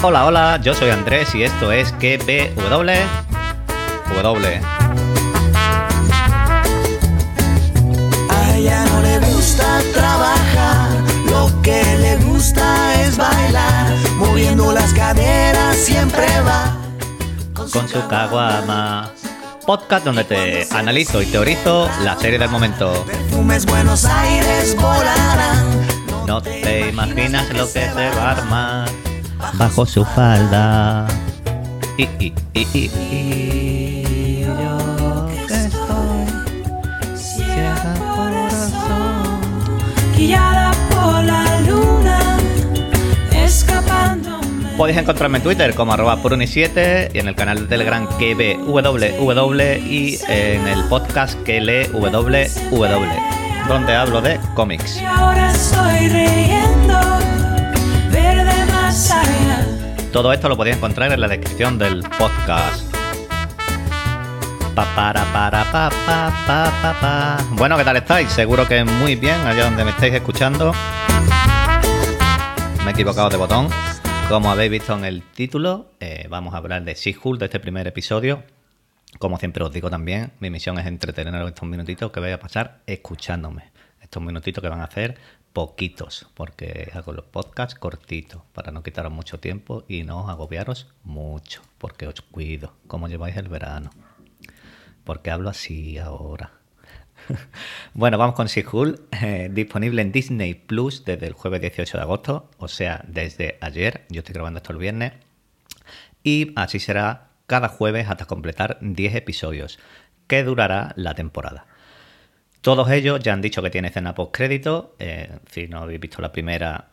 Hola, hola, yo soy Andrés y esto es KBW. A ella no le gusta trabajar, lo que le gusta es bailar, moviendo las caderas siempre va Con su caguama. Podcast donde te analizo y teorizo la serie del momento. Perfumes Buenos Aires volarán. No te imaginas lo que se va a armar bajo su falda. Y yo que estoy ciega corazón, guiada por la luna, escapándome. Podéis encontrarme en Twitter como @puruni7 y en el canal de Telegram KBWW y en el podcast KLWW, donde hablo de cómics. Y ahora estoy riendo, verde más allá. Todo esto lo podéis encontrar en la descripción del podcast. Bueno, ¿qué tal estáis? Seguro que muy bien allá donde me estáis escuchando. Me he equivocado de botón. Como habéis visto en el título, vamos a hablar de She-Hulk, de este primer episodio. Como siempre os digo también, mi misión es entreteneros estos minutitos que vais a pasar escuchándome. Estos minutitos que van a hacer poquitos, porque hago los podcasts cortitos, para no quitaros mucho tiempo y no os agobiaros mucho, porque os cuido. ¿Cómo lleváis el verano? Porque hablo así ahora. Bueno, vamos con She-Hulk, disponible en Disney Plus desde el jueves 18 de agosto, o sea, desde ayer. Yo estoy grabando esto el viernes. Y así será cada jueves hasta completar 10 episodios, que durará la temporada. Todos ellos ya han dicho que tiene escena post-crédito. Si no habéis visto la primera,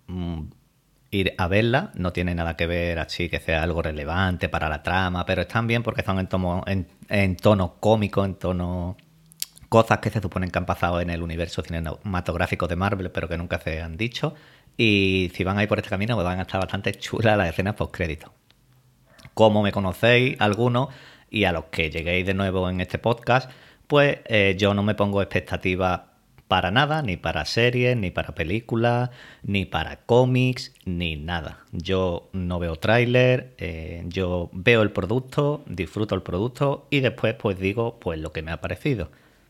ir a verla. No tiene nada que ver así que sea algo relevante para la trama, pero están bien porque están en tono cómico, en tono... cosas que se suponen que han pasado en el universo cinematográfico de Marvel, pero que nunca se han dicho. Y si van a ir por este camino, pues van a estar bastante chulas las escenas post-crédito. Como me conocéis algunos, y a los que lleguéis de nuevo en este podcast, pues yo no me pongo expectativas para nada, ni para series, ni para películas, ni para cómics, ni nada. Yo no veo tráiler, yo veo el producto, disfruto el producto y después pues digo pues lo que me ha parecido.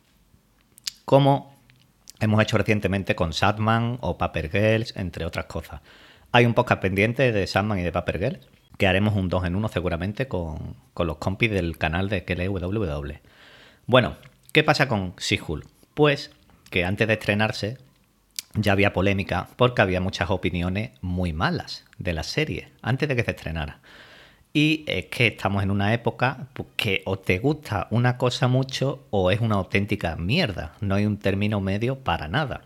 Como hemos hecho recientemente con Sandman o Paper Girls, entre otras cosas. Hay un podcast pendiente de Sandman y de Paper Girls, que haremos un 2 en 1 seguramente con los compis del canal de KLWW. Bueno, ¿qué pasa con She-Hulk? Pues que antes de estrenarse ya había polémica porque había muchas opiniones muy malas de la serie, antes de que se estrenara. Y es que estamos en una época que o te gusta una cosa mucho o es una auténtica mierda. No hay un término medio para nada.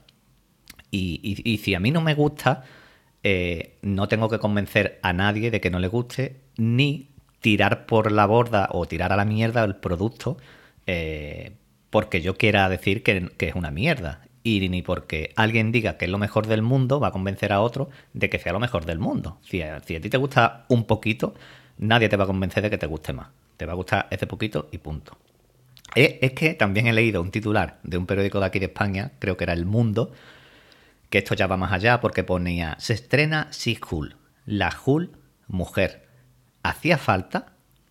Y si a mí no me gusta, no tengo que convencer a nadie de que no le guste, ni tirar por la borda o tirar a la mierda el producto porque yo quiera decir que es una mierda. Y ni porque alguien diga que es lo mejor del mundo va a convencer a otro de que sea lo mejor del mundo. Si a ti te gusta un poquito, nadie te va a convencer de que te guste más. Te va a gustar ese poquito y punto. Es que también he leído un titular de un periódico de aquí de España, creo que era El Mundo, que esto ya va más allá porque ponía: se estrena She-Hulk, la Hulk mujer. ¿Hacía falta?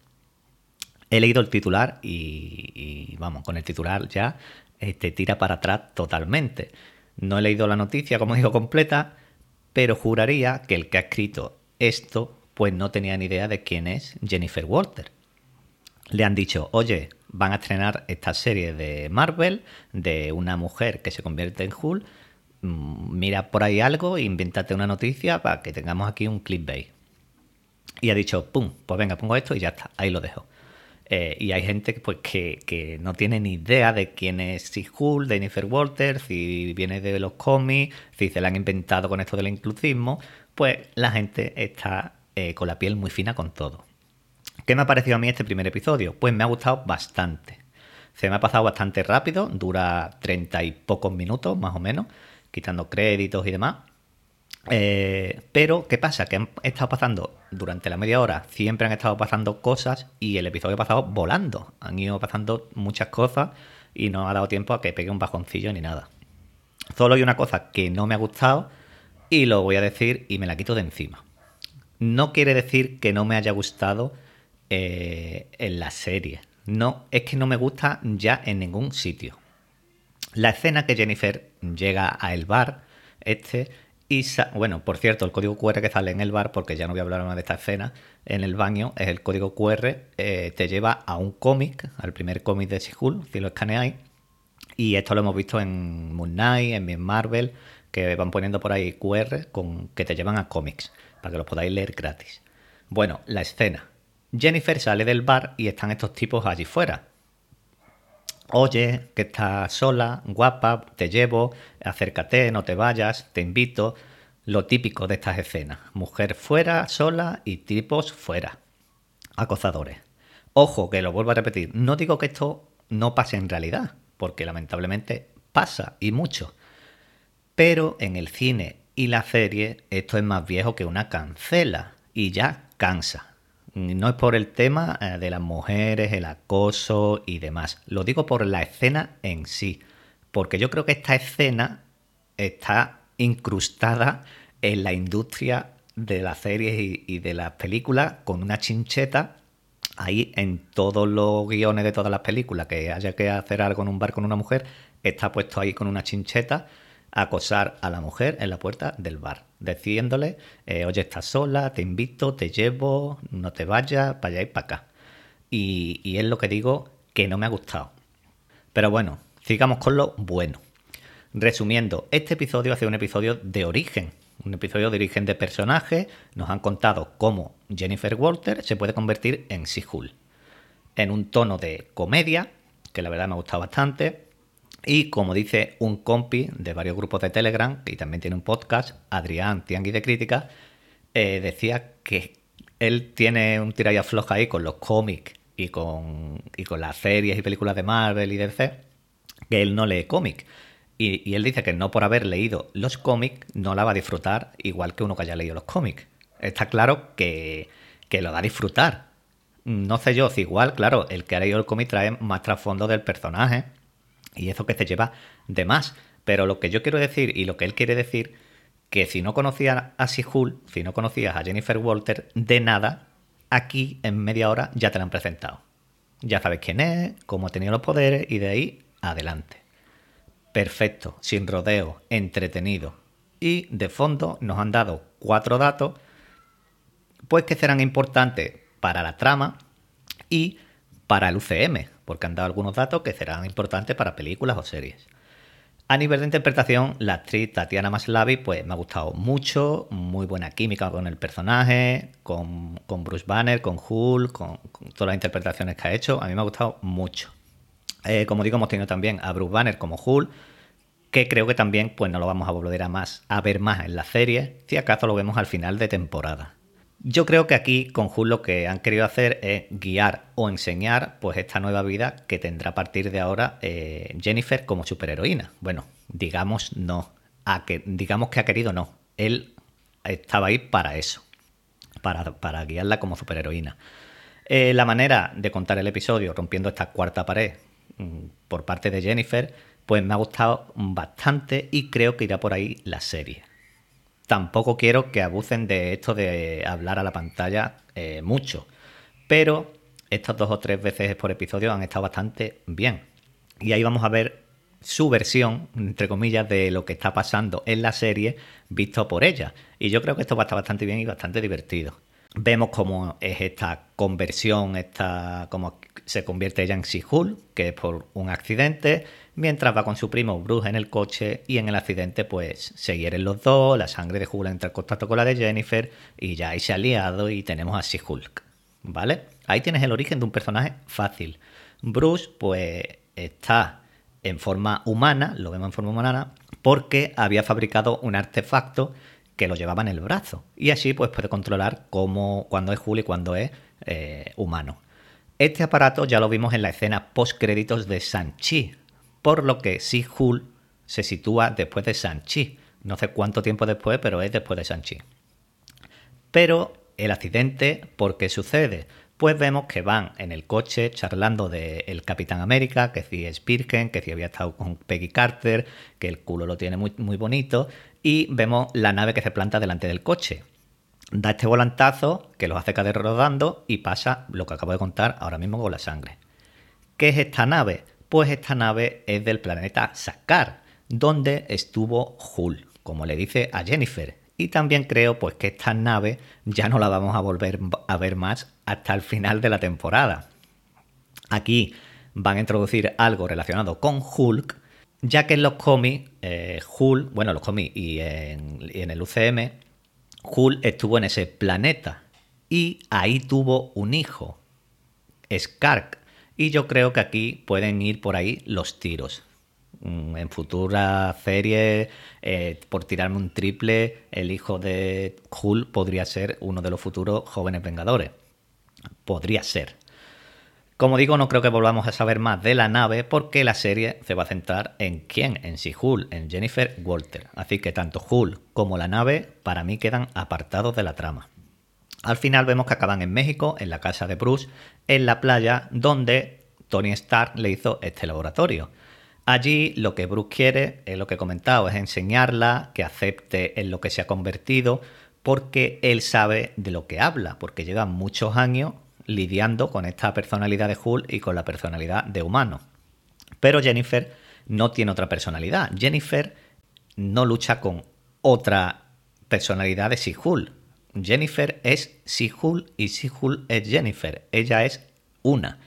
He leído el titular y vamos, con el titular ya te tira para atrás totalmente. No he leído la noticia, como digo, completa, pero juraría que el que ha escrito esto pues no tenía ni idea de quién es Jennifer Walters. Le han dicho: oye, van a estrenar esta serie de Marvel de una mujer que se convierte en Hulk, mira por ahí algo e invéntate una noticia para que tengamos aquí un clickbait. Y ha dicho: pum, pues venga, pongo esto y ya está, ahí lo dejo. Y hay gente pues, que no tiene ni idea de quién es She-Hulk, de Jennifer Walters, si viene de los cómics, si se la han inventado con esto del inclusismo. Pues la gente está con la piel muy fina con todo. ¿Qué me ha parecido a mí este primer episodio? Pues me ha gustado bastante. Se me ha pasado bastante rápido, dura 30 y pocos minutos más o menos, quitando créditos y demás. Pero, ¿qué pasa? Que han estado pasando durante la media hora, siempre han estado pasando cosas y el episodio ha pasado volando. Han ido pasando muchas cosas y no ha dado tiempo a que pegue un bajoncillo ni nada. Solo hay una cosa que no me ha gustado y lo voy a decir y me la quito de encima. no quiere decir que no me haya gustado en la serie. No, es que no me gusta ya en ningún sitio. La escena que Jennifer llega a el bar y bueno, por cierto, el código QR que sale en el bar, porque ya no voy a hablar más de esta escena, en el baño es el código QR, te lleva a un cómic, al primer cómic de She-Hulk, si lo escaneáis, y esto lo hemos visto en Moon Knight, en Miss Marvel, que van poniendo por ahí QR que te llevan a cómics, para que los podáis leer gratis. Bueno, la escena. Jennifer sale del bar y están estos tipos allí fuera. Oye, que estás sola, guapa, te llevo, acércate, no te vayas, te invito. Lo típico de estas escenas. Mujer fuera, sola y tipos fuera. Acosadores. Ojo, que lo vuelvo a repetir. No digo que esto no pase en realidad, porque lamentablemente pasa y mucho. Pero en el cine y la serie esto es más viejo que una cancela y ya cansa. No es por el tema de las mujeres, el acoso y demás. Lo digo por la escena en sí. Porque yo creo que esta escena está incrustada en la industria de las series y de las películas con una chincheta. Ahí en todos los guiones de todas las películas que haya que hacer algo en un bar con una mujer, está puesto ahí con una chincheta acosar a la mujer en la puerta del bar, diciéndole, oye, estás sola, te invito, te llevo, no te vayas, para allá y para acá. Y es lo que digo que no me ha gustado. Pero bueno, sigamos con lo bueno. Resumiendo, este episodio ha sido un episodio de origen. Un episodio de origen de personaje. Nos han contado cómo Jennifer Walters se puede convertir en She-Hulk. En un tono de comedia, que la verdad me ha gustado bastante. Y como dice un compi de varios grupos de Telegram, y también tiene un podcast, Adrián Tiangui de Crítica, decía que él tiene un tira y afloja ahí con los cómics y con las series y películas de Marvel y DC, que él no lee cómics. Y él dice que no por haber leído los cómics no la va a disfrutar igual que uno que haya leído los cómics. Está claro que lo va a disfrutar. No sé yo si igual, claro, el que ha leído el cómic trae más trasfondo del personaje y eso que se lleva de más. Pero lo que yo quiero decir y lo que él quiere decir, que si no conocías a She-Hulk, si no conocías a Jennifer Walters, de nada, aquí en media hora ya te la han presentado. Ya sabes quién es, cómo ha tenido los poderes y de ahí adelante. Perfecto, sin rodeo, entretenido. Y de fondo nos han dado 4 datos pues que serán importantes para la trama y para el UCM, porque han dado algunos datos que serán importantes para películas o series. A nivel de interpretación, la actriz Tatiana Maslavi pues me ha gustado mucho, muy buena química con el personaje, con Bruce Banner, con Hulk, con todas las interpretaciones que ha hecho, a mí me ha gustado mucho. Como digo, hemos tenido también a Bruce Banner como Hulk, que creo que también pues no lo vamos a volver a ver más en la serie, si acaso lo vemos al final de temporada. Yo creo que aquí con Hulk lo que han querido hacer es guiar o enseñar pues esta nueva vida que tendrá a partir de ahora Jennifer como superheroína. Bueno, digamos digamos que ha querido no. Él estaba ahí para eso, para guiarla como superheroína. La manera de contar el episodio, rompiendo esta cuarta pared por parte de Jennifer, pues me ha gustado bastante y creo que irá por ahí la serie. Tampoco quiero que abusen de esto de hablar a la pantalla mucho, pero estas 2 o 3 veces por episodio han estado bastante bien. Y ahí vamos a ver su versión, entre comillas, de lo que está pasando en la serie visto por ella. Y yo creo que esto va a estar bastante bien y bastante divertido. Vemos cómo es esta conversión, cómo se convierte ella en She-Hulk, que es por un accidente, mientras va con su primo Bruce en el coche y en el accidente pues se hieren los dos, la sangre de Hulk entra en contacto con la de Jennifer y ya ahí se ha liado y tenemos a She-Hulk, ¿vale? Ahí tienes el origen de un personaje fácil. Bruce pues está en forma humana, lo vemos en forma humana, porque había fabricado un artefacto que lo llevaba en el brazo y así pues puede controlar cuándo es Hulk y cuándo es humano. Este aparato ya lo vimos en la escena post-créditos de Shang-Chi, por lo que She-Hulk se sitúa después de Shang-Chi. No sé cuánto tiempo después, pero es después de Shang-Chi. Pero el accidente, ¿por qué sucede? Pues vemos que van en el coche charlando del Capitán América, que sí es virgen, que sí había estado con Peggy Carter, que el culo lo tiene muy, muy bonito, y vemos la nave que se planta delante del coche. Da este volantazo que los hace caer rodando y pasa lo que acabo de contar ahora mismo con la sangre. ¿Qué es esta nave? Pues esta nave es del planeta Sakaar, donde estuvo Hull, como le dice a Jennifer. Y también creo pues que esta nave ya no la vamos a volver a ver más hasta el final de la temporada. Aquí van a introducir algo relacionado con Hulk, ya que en los cómics, Hulk, bueno, los cómics y en el UCM, Hulk estuvo en ese planeta y ahí tuvo un hijo, Skaar. Y yo creo que aquí pueden ir por ahí los tiros. En futuras series, por tirarme un triple, el hijo de Hulk podría ser uno de los futuros jóvenes Vengadores. Podría ser. Como digo, no creo que volvamos a saber más de la nave porque la serie se va a centrar en quién, en She-Hulk, en Jennifer Walters. Así que tanto Hulk como la nave para mí quedan apartados de la trama. Al final vemos que acaban en México, en la casa de Bruce, en la playa donde Tony Stark le hizo este laboratorio. Allí lo que Bruce quiere, es lo que he comentado, es enseñarla, que acepte en lo que se ha convertido, porque él sabe de lo que habla, porque lleva muchos años lidiando con esta personalidad de Hulk y con la personalidad de humano. Pero Jennifer no tiene otra personalidad. Jennifer no lucha con otra personalidad de She-Hulk. Jennifer es She-Hulk y She-Hulk es Jennifer. Ella es una.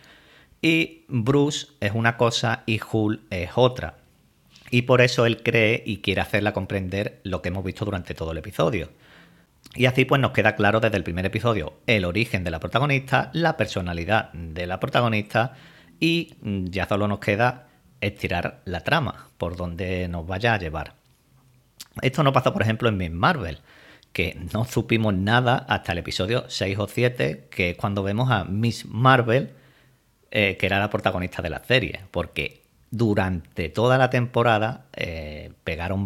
Y Bruce es una cosa y Hulk es otra. Y por eso él cree y quiere hacerla comprender lo que hemos visto durante todo el episodio. Y así pues nos queda claro desde el primer episodio el origen de la protagonista, la personalidad de la protagonista y ya solo nos queda estirar la trama por donde nos vaya a llevar. Esto no pasó por ejemplo en Miss Marvel, que no supimos nada hasta el episodio 6 o 7, que es cuando vemos a Miss Marvel, que era la protagonista de la serie, porque durante toda la temporada pegaron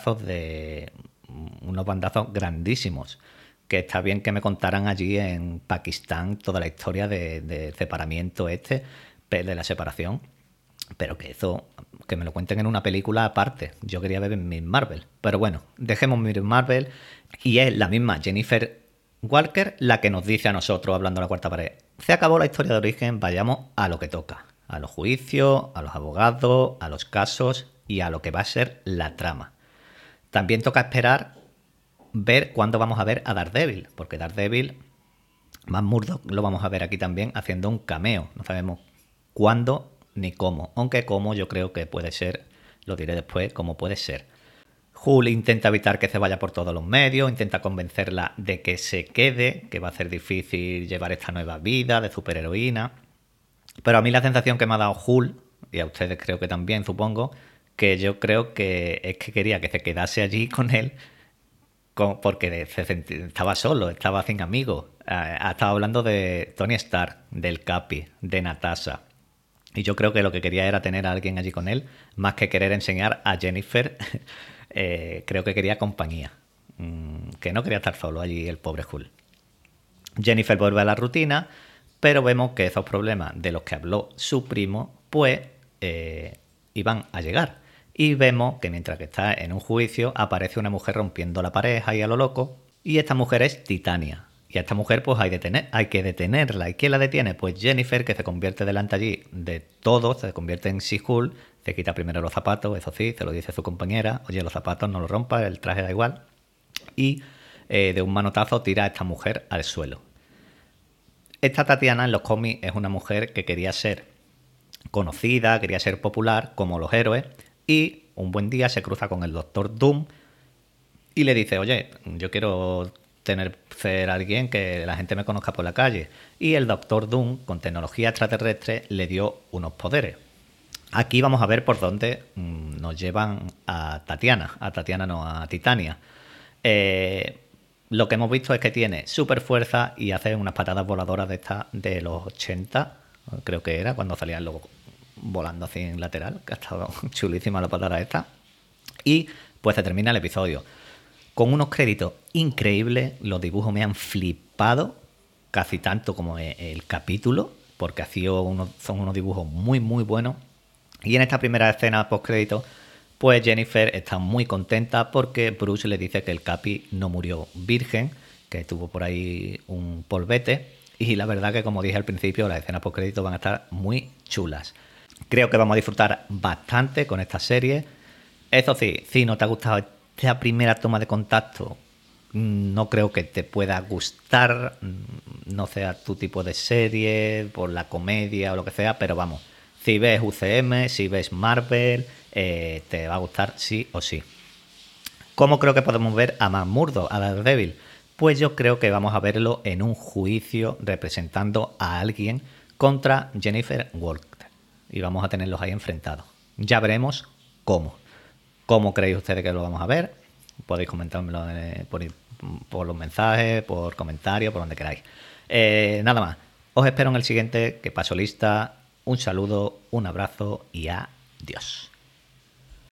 unos bandazos grandísimos, que está bien que me contaran allí en Pakistán toda la historia de separamiento de la separación, pero que eso, que me lo cuenten en una película aparte. Yo quería ver Miss Marvel, pero bueno, dejemos Miss Marvel y es la misma Jennifer Walker la que nos dice a nosotros, hablando a la cuarta pared: se acabó la historia de origen, vayamos a lo que toca, a los juicios, a los abogados, a los casos y a lo que va a ser la trama. También toca esperar ver cuándo vamos a ver a Daredevil, porque Daredevil, Matt Murdock, lo vamos a ver aquí también haciendo un cameo. No sabemos cuándo ni cómo, aunque cómo yo creo que puede ser, lo diré después, cómo puede ser. Hulk intenta evitar que se vaya por todos los medios, intenta convencerla de que se quede, que va a ser difícil llevar esta nueva vida de superheroína. Pero a mí la sensación que me ha dado Hulk, y a ustedes creo que también, supongo, que yo creo que es que quería que se quedase allí con él, porque estaba solo, estaba sin amigos. Estaba hablando de Tony Stark, del Capi, de Natasha. Y yo creo que lo que quería era tener a alguien allí con él, más que querer enseñar a Jennifer. Creo que quería compañía, que no quería estar solo allí el pobre Hulk. Jennifer vuelve a la rutina, pero vemos que esos problemas de los que habló su primo pues iban a llegar. Y vemos que mientras que está en un juicio aparece una mujer rompiendo la pareja y a lo loco, y esta mujer es Titania. Y a esta mujer pues hay que detenerla. ¿Y quién la detiene? Pues Jennifer, que se convierte delante allí de todo, se convierte en She-Hulk, se quita primero los zapatos, eso sí, se lo dice su compañera: oye, los zapatos no los rompas, el traje da igual. Y de un manotazo tira a esta mujer al suelo. Esta Tatiana en los cómics es una mujer que quería ser conocida, quería ser popular como los héroes, y un buen día se cruza con el Doctor Doom y le dice: oye, yo quiero ser alguien que la gente me conozca por la calle. Y el Doctor Doom, con tecnología extraterrestre, le dio unos poderes. Aquí vamos a ver por dónde nos llevan a Titania. Lo que hemos visto es que tiene super fuerza y hace unas patadas voladoras de los 80, creo que era, cuando salían luego volando así en lateral, que ha estado chulísima la patada esta. Y pues se termina el episodio con unos créditos increíbles. Los dibujos me han flipado, casi tanto como el capítulo, porque son unos dibujos muy muy buenos. Y en esta primera escena post crédito, pues Jennifer está muy contenta porque Bruce le dice que el Capi no murió virgen, que tuvo por ahí un polvete. Y la verdad que, como dije al principio, las escenas post créditos van a estar muy chulas. Creo que vamos a disfrutar bastante con esta serie. Eso sí, si no te ha gustado esta primera toma de contacto, no creo que te pueda gustar, no sea tu tipo de serie, por la comedia o lo que sea, pero vamos, si ves UCM, si ves Marvel, te va a gustar sí o sí. ¿Cómo creo que podemos ver a Matt Murdock, a Daredevil? Pues yo creo que vamos a verlo en un juicio representando a alguien contra Jennifer Walker. Y vamos a tenerlos ahí enfrentados. Ya veremos cómo. ¿Cómo creéis ustedes que lo vamos a ver? Podéis comentármelo por los mensajes, por comentarios, por donde queráis. Nada más. Os espero en el siguiente, que paso lista. Un saludo, un abrazo y adiós.